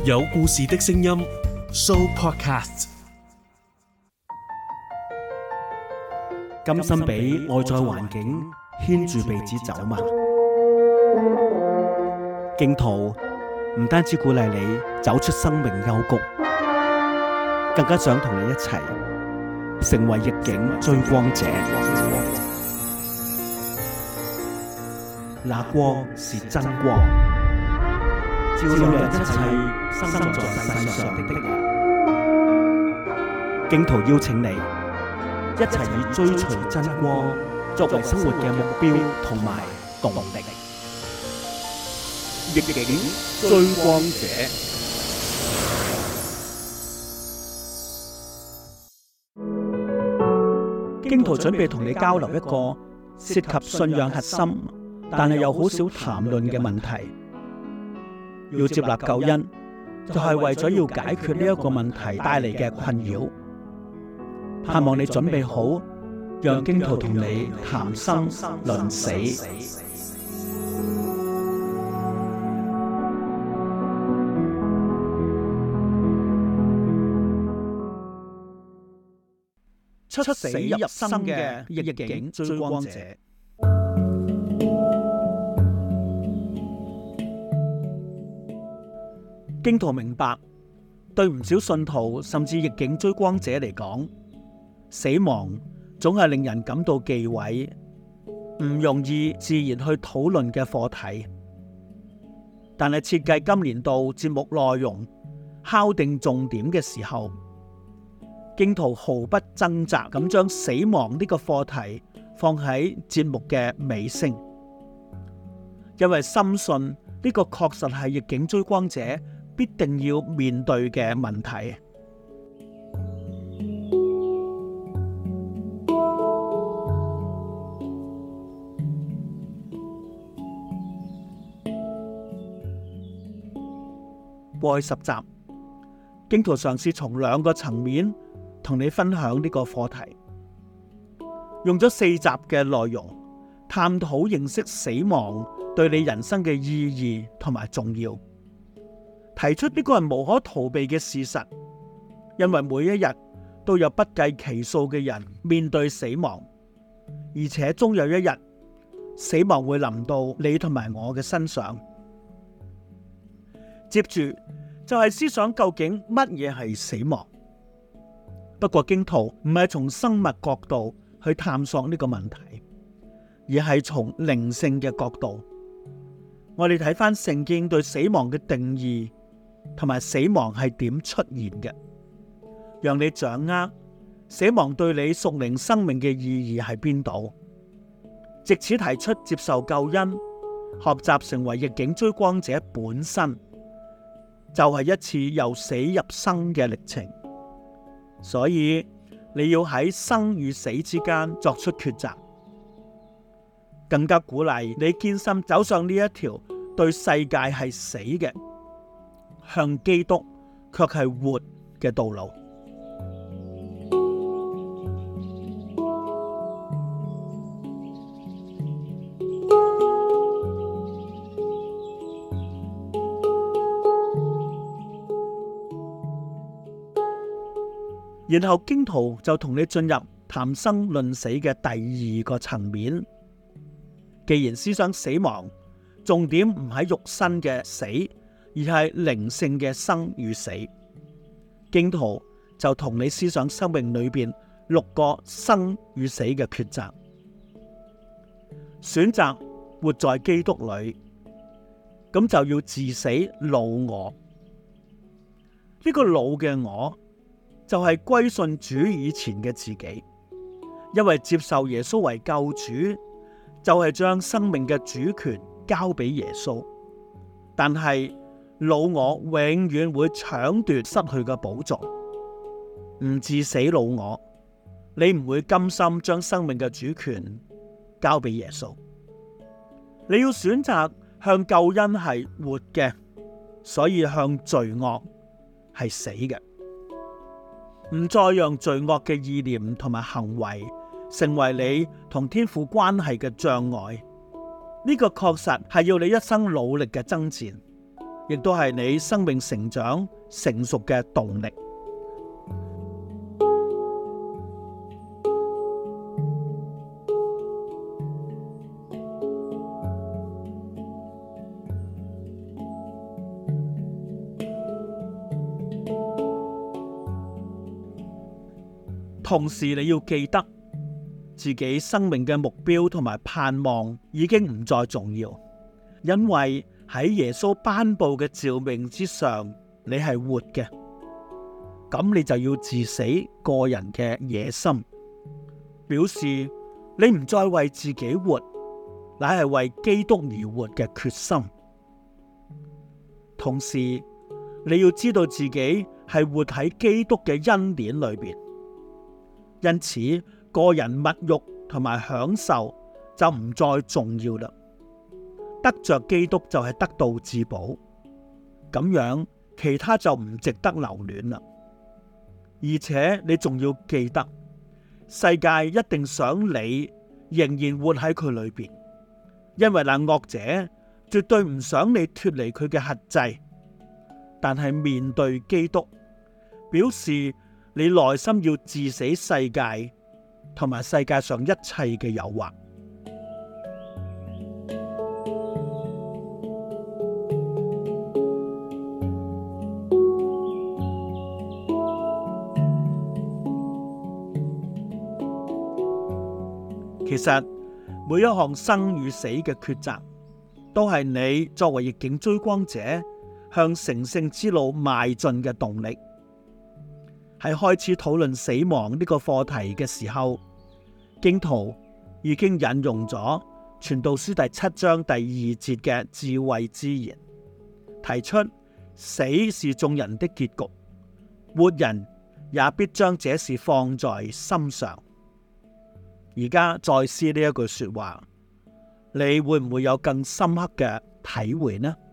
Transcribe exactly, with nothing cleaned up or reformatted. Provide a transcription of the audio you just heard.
有故事的聲音 Show Podcast。甘心俾外在環境牽住鼻子走嗎？荊徒唔單止鼓勵你走出生命幽谷，更加想同你一齊成為逆境追光者。那光是真光，照亮一切生在世上的人。荊徒邀請你一齊以追隨真光作為生活嘅目標同埋動力。逆境追光者，荊徒準備同你交流一個涉及信仰核心，但係又好少談論嘅問題。要接納救恩，就係為咗要解決呢一個問題帶嚟嘅困擾。盼望你準備好，讓荊徒同你談生論死，出死入生嘅逆境追光者。荊徒明白，對唔少信徒甚至逆境追光者嚟講，死亡總係令人感到忌諱，唔容易自然去討論嘅課題。但係設計今年度節目內容，敲定重點嘅時候，荊徒毫不掙扎咁將死亡呢個課題放喺節目嘅尾聲，因為深信呢個確實係逆境追光者必定要面對嘅問題。過去十集，荊徒嘗試從兩個層面同你分享呢個課題，用咗四集嘅內容探討認識死亡對你人生嘅意義同埋重要，提出呢個係無可逃避嘅事實，因為每一日都有不計其數嘅人面對死亡，而且終有一日死亡會臨到你同埋我嘅身上。接住就係思想究竟乜嘢係死亡。不過荊徒唔係從生物角度去探索呢個問題，而係從靈性嘅角度。我哋睇返聖經對死亡嘅定義，同埋死亡係點出現嘅，讓你掌握死亡對你屬靈生命嘅意義喺邊度，藉此提出接受救恩，學習成為逆境追光者本身就係一次由死入生嘅歷程。所以你要喺生與死之間作出抉擇，更加鼓勵你堅心走上呢一條對世界係死嘅，向基督卻係活嘅道路。然後荊徒就同你進入談生論死嘅第二個層面。既然思想死亡，重點唔喺肉身嘅死，而係靈性嘅生與死，荊徒就同你思想生命裏邊六個生與死嘅抉擇。選擇活在基督裏，咁就要治死老我。呢、這個老嘅我就係歸信主以前嘅自己，因為接受耶穌為救主，就係將生命嘅主權交俾耶穌。但係老我永遠會搶奪失去嘅寶座，唔治死老我，你唔會甘心將生命嘅主權交俾耶穌。你要選擇向救恩係活嘅，所以向罪惡係死嘅。唔再讓罪惡嘅意念同埋行為成為你同天父關係嘅障礙，呢個確實係要你一生努力嘅爭戰， 亦都係你生命成長成熟嘅動力。同時你要記得，自己生命嘅目標同埋盼望已經唔再重要，因為喺耶穌頒布嘅召命之上，你係活嘅。咁你就要治死個人嘅野心，表示你唔再為自己活，乃係為基督而活嘅決心。同時你要知道自己係活喺基督嘅恩典裏邊。因此，個人物欲同埋享受就唔再重要啦。得着基督就係得到至寶，咁樣其他就唔值得留戀啦。而且你仲要記得，世界一定想你仍然活喺佢裏邊，因為那惡者絕對唔想你脫離佢嘅轄制。但係面對基督，表示你內心要治死世界同埋世界上一切嘅誘惑。其實每一項生與死嘅抉擇，都係你作為逆境追光者向成聖之路邁進嘅動力。喺開始討論死亡呢個課題嘅時候，荊徒已經引用咗《傳道書》第七章第二節嘅智慧之言，提出死是眾人的結局，活人也必將這事放在心上。而家再思呢一句說話，你會唔會有更深刻嘅體會呢？